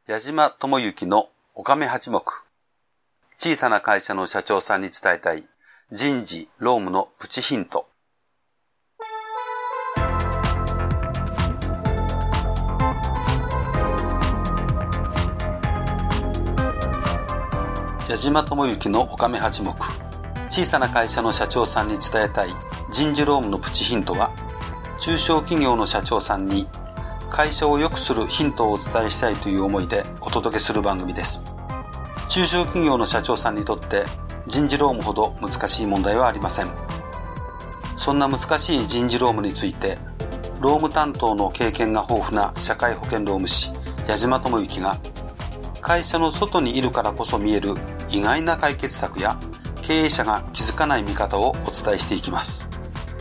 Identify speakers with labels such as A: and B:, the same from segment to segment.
A: 矢島智之のおかめ八目。小さな会社の社長さんに伝えたい人事・労務のプチヒント。矢島智之のおかめ八目。小さな会社の社長さんに伝えたい人事労務のプチヒントは、中小企業の社長さんに会社を良くするヒントをお伝えしたいという思いでお届けする番組です。中小企業の社長さんにとって人事労務ほど難しい問題はありません。そんな難しい人事労務について、労務担当の経験が豊富な社会保険労務士矢島智之が、会社の外にいるからこそ見える意外な解決策や経営者が気づかない見方をお伝えしていきます。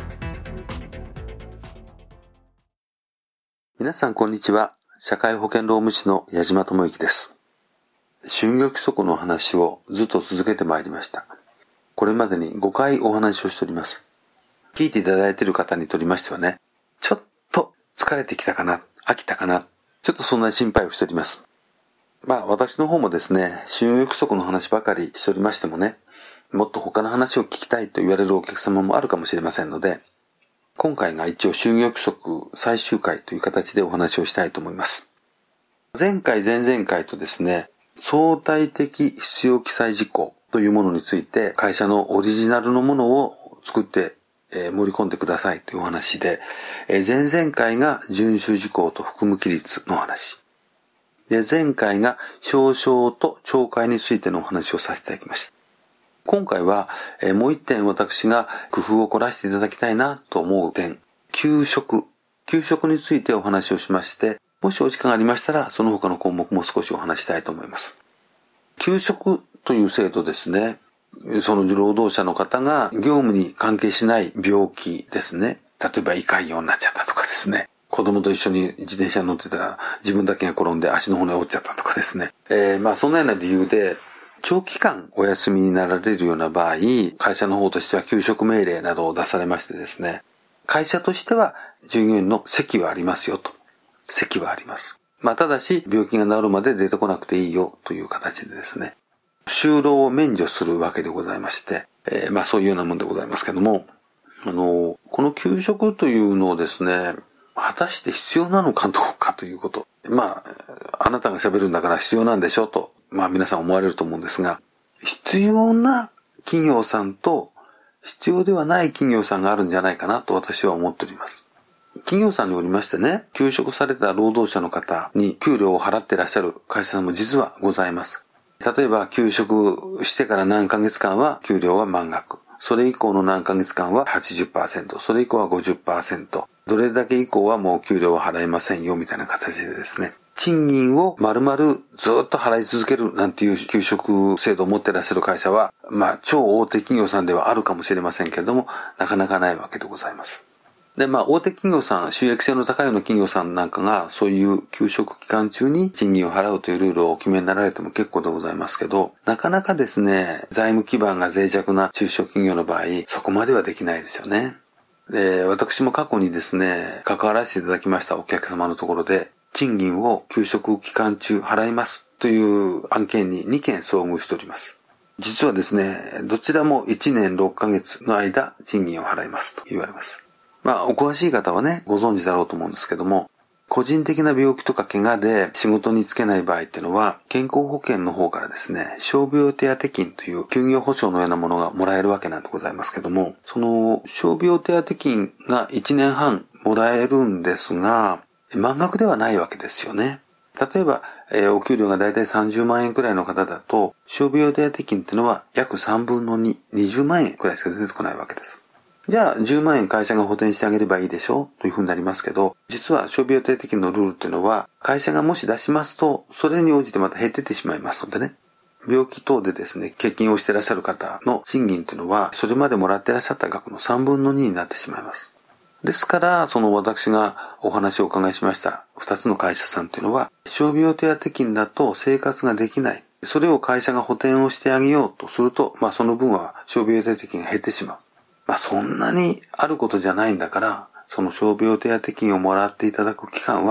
A: 皆さんこんにちは。社会保険労務士の矢島智之です。就業規則の話をずっと続けてまいりました。これまでに5回お話をしております。聞いていただいている方にとりましてはね、ちょっと疲れてきたかな、飽きたかな、ちょっとそんな心配をしております。私の方もですね、就業規則の話ばかりしておりましてもね、もっと他の話を聞きたいと言われるお客様もあるかもしれませんので、今回が一応就業規則最終回という形でお話をしたいと思います。前回前々回とですね、相対的必要記載事項というものについて会社のオリジナルのものを作って盛り込んでくださいというお話で、前々回が遵守事項と含む規律の話で、前回が証書と懲戒についてのお話をさせていただきました。今回はもう一点私が工夫を凝らしていただきたいなと思う点、給食についてお話をしまして、もしお時間ありましたらその他の項目も少しお話したいと思います。給食という制度ですね、その労働者の方が業務に関係しない病気ですね、例えば胃潰瘍になっちゃったとかですね、子供と一緒に自転車に乗ってたら自分だけが転んで足の骨折っちゃったとかですね、そんなような理由で長期間お休みになられるような場合、会社の方としては休職命令などを出されましてですね、会社としては従業員の席はありますよと。席はあります。ただし病気が治るまで出てこなくていいよという形でですね、就労を免除するわけでございまして、そういうようなものでございますけども、この休職というのをですね、果たして必要なのかどうかということ。あなたが喋るんだから必要なんでしょと、皆さん思われると思うんですが、必要な企業さんと必要ではない企業さんがあるんじゃないかなと私は思っております。企業さんによりましてね、休職された労働者の方に給料を払っていらっしゃる会社さんも実はございます。例えば休職してから何ヶ月間は給料は満額。それ以降の何ヶ月間は 80%、それ以降は 50%、どれだけ以降はもう給料は払いませんよみたいな形でですね、賃金を丸々ずっと払い続けるなんていう休職制度を持っていらっしゃる会社は、超大手企業さんではあるかもしれませんけれども、なかなかないわけでございます。で、大手企業さん、収益性の高いような企業さんなんかが、そういう休職期間中に賃金を払うというルールをお決めになられても結構でございますけど、なかなかですね、財務基盤が脆弱な中小企業の場合、そこまではできないですよね。で、私も過去にですね、関わらせていただきましたお客様のところで、賃金を休職期間中払いますという案件に2件遭遇しております。実はですね、どちらも1年6ヶ月の間賃金を払いますと言われます。お詳しい方はね、ご存知だろうと思うんですけども、個人的な病気とか怪我で仕事に就けない場合っていうのは、健康保険の方からですね、傷病手当金という休業保障のようなものがもらえるわけなんでございますけども、その傷病手当金が1年半もらえるんですが、満額ではないわけですよね。例えば、お給料がだいたい30万円くらいの方だと、傷病手当金っていうのは約3分の2、20万円くらいしか出てこないわけです。じゃあ10万円会社が補填してあげればいいでしょというふうになりますけど、実は傷病手当金のルールっていうのは、会社がもし出しますと、それに応じてまた減ってってしまいますのでね。病気等でですね、欠勤をしていらっしゃる方の賃金っていうのは、それまでもらっていらっしゃった額の3分の2になってしまいます。ですから、私がお話をお伺いしました2つの会社さんというのは、傷病手当金だと生活ができない。それを会社が補填をしてあげようとすると、その分は傷病手当金が減ってしまう。そんなにあることじゃないんだから、その傷病手当金をもらっていただく期間は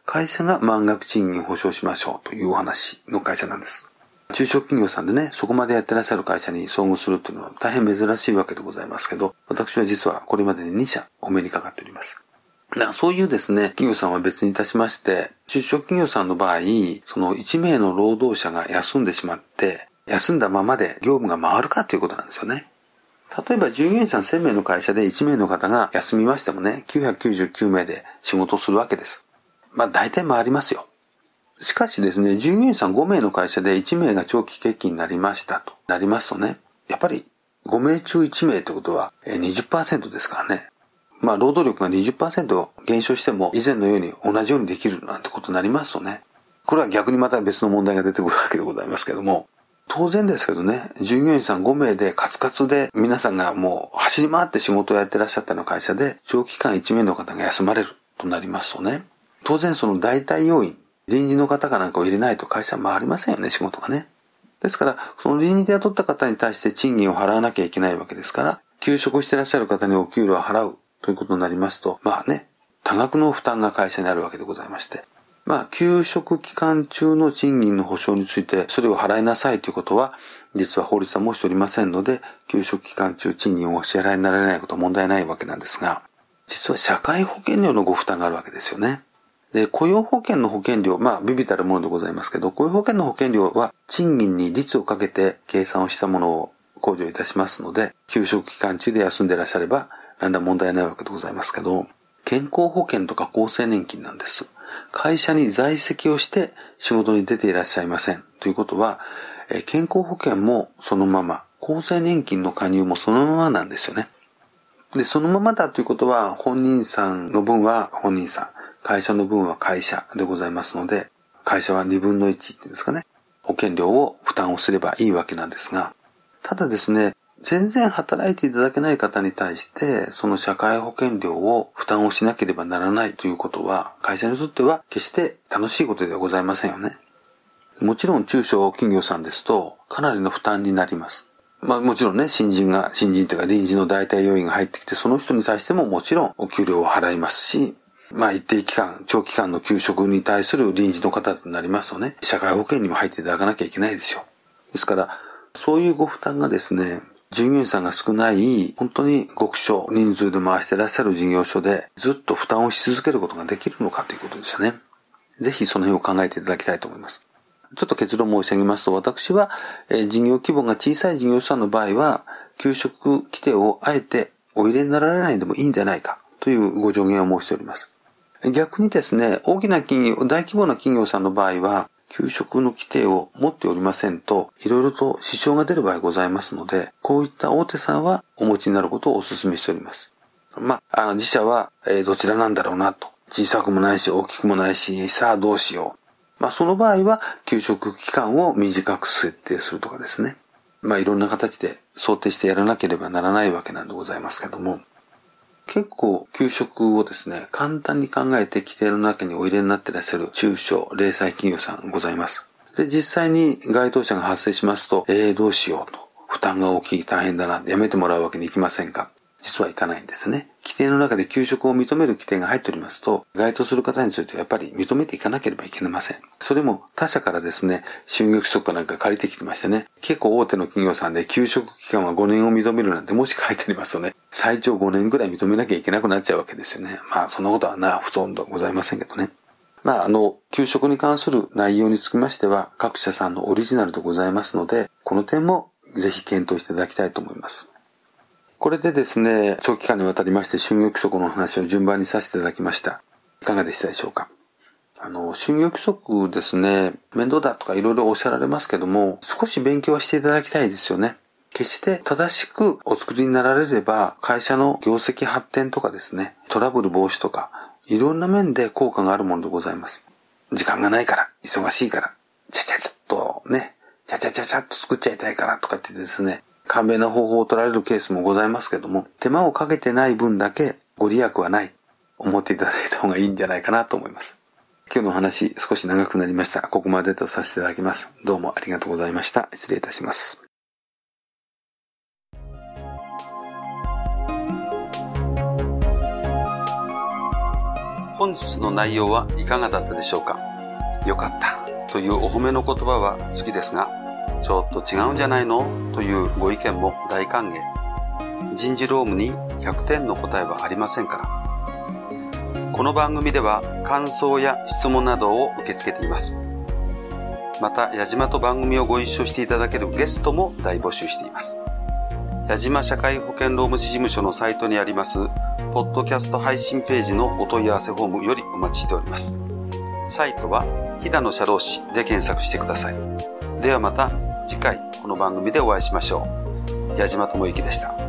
A: 会社が満額賃金を保証しましょうというお話の会社なんです。中小企業さんでね、そこまでやってらっしゃる会社に遭遇するというのは大変珍しいわけでございますけど、私は実はこれまでに2社お目にかかっております。そういうですね、企業さんは別にいたしまして、中小企業さんの場合、その1名の労働者が休んでしまって、休んだままで業務が回るかということなんですよね。例えば従業員さん1000名の会社で1名の方が休みましてもね、999名で仕事をするわけです。大体回りますよ。しかしですね、従業員さん5名の会社で1名が長期欠勤になりましたとなりますとね、やっぱり5名中1名ってことは 20% ですからね。労働力が 20% 減少しても以前のように同じようにできるなんてことになりますとね、これは逆にまた別の問題が出てくるわけでございますけども、当然ですけどね、従業員さん5名でカツカツで皆さんがもう走り回って仕事をやってらっしゃったような会社で長期間1名の方が休まれるとなりますとね、当然その代替要員、臨時の方かなんかを入れないと会社は回りませんよね、仕事がね。ですから、その臨時で雇った方に対して賃金を払わなきゃいけないわけですから、休職してらっしゃる方にお給料を払うということになりますと、多額の負担が会社にあるわけでございまして、休職期間中の賃金の保証について、それを払いなさいということは、実は法律は申しておりませんので、休職期間中賃金をお支払いになられないことは問題ないわけなんですが、実は社会保険料のご負担があるわけですよね。で、雇用保険の保険料、微々たるものでございますけど、雇用保険の保険料は賃金に率をかけて計算をしたものを控除いたしますので、休職期間中で休んでいらっしゃれば、何ら問題ないわけでございますけど、健康保険とか厚生年金なんです。会社に在籍をして仕事に出ていらっしゃいません。ということは、健康保険もそのまま、厚生年金の加入もそのままなんですよね。で、そのままだということは、本人さんの分は本人さん、会社の分は会社でございますので、会社は2分の1っていうんですかね、保険料を負担をすればいいわけなんですが、ただですね、全然働いていただけない方に対して、その社会保険料を負担をしなければならないということは、会社にとっては決して楽しいことではございませんよね。もちろん中小企業さんですと、かなりの負担になります。もちろんね、新人というか臨時の代替要員が入ってきて、その人に対してももちろんお給料を払いますし、一定期間、長期間の休職に対する臨時の方となりますとね、社会保険にも入っていただかなきゃいけないですよ。ですから、そういうご負担がですね、従業員さんが少ない、本当に極小人数で回していらっしゃる事業所で、ずっと負担をし続けることができるのかということですよね。ぜひその辺を考えていただきたいと思います。ちょっと結論申し上げますと、私は、事業規模が小さい事業者さんの場合は、休職規定をあえてお入れになられないでもいいんじゃないかというご助言を申しております。逆にですね、大規模な企業さんの場合は、休職の規定を持っておりませんと、いろいろと支障が出る場合ございますので、こういった大手さんはお持ちになることをお勧めしております。自社は、どちらなんだろうなと。小さくもないし、大きくもないし、さあどうしよう。その場合は、休職期間を短く設定するとかですね。いろんな形で想定してやらなければならないわけなんでございますけども、結構休職をですね、簡単に考えて規定の中にお入れになっていらっしゃる中小零細企業さんございます。で、実際に該当者が発生しますと、どうしようと。負担が大きい、大変だな、やめてもらうわけにいきませんか。実はいかないんですね。規定の中で休職を認める規定が入っておりますと、該当する方についてはやっぱり認めていかなければいけません。それも他社からですね、就業規則かなんか借りてきてましてね、結構大手の企業さんで休職期間は5年を認めるなんてもし書いてありますとね、最長5年ぐらい認めなきゃいけなくなっちゃうわけですよね。そんなことはほとんどございませんけどね。休職に関する内容につきましては、各社さんのオリジナルでございますので、この点もぜひ検討していただきたいと思います。これでですね、長期間にわたりまして就業規則の話を順番にさせていただきました。いかがでしたでしょうか。就業規則ですね、面倒だとかいろいろおっしゃられますけども、少し勉強はしていただきたいですよね。決して正しくお作りになられれば、会社の業績発展とかですね、トラブル防止とか、いろんな面で効果があるものでございます。時間がないから、忙しいから、ちゃっと作っちゃいたいからとかってですね、簡便な方法を取られるケースもございますけども、手間をかけてない分だけご利益はない、思っていただいた方がいいんじゃないかなと思います。今日の話少し長くなりました。ここまでとさせていただきます。どうもありがとうございました。失礼いたします。 本日の内容はいかがだったでしょうか。よかったというお褒めの言葉は好きですが、ちょっと違うんじゃないのというご意見も大歓迎。人事労務に100点の答えはありませんから。この番組では感想や質問などを受け付けています。また、矢島と番組をご一緒していただけるゲストも大募集しています。矢島社会保険労務士事務所のサイトにありますポッドキャスト配信ページのお問い合わせフォームよりお待ちしております。サイトは飛騨の社労士で検索してください。ではまた次回この番組でお会いしましょう。矢島智之でした。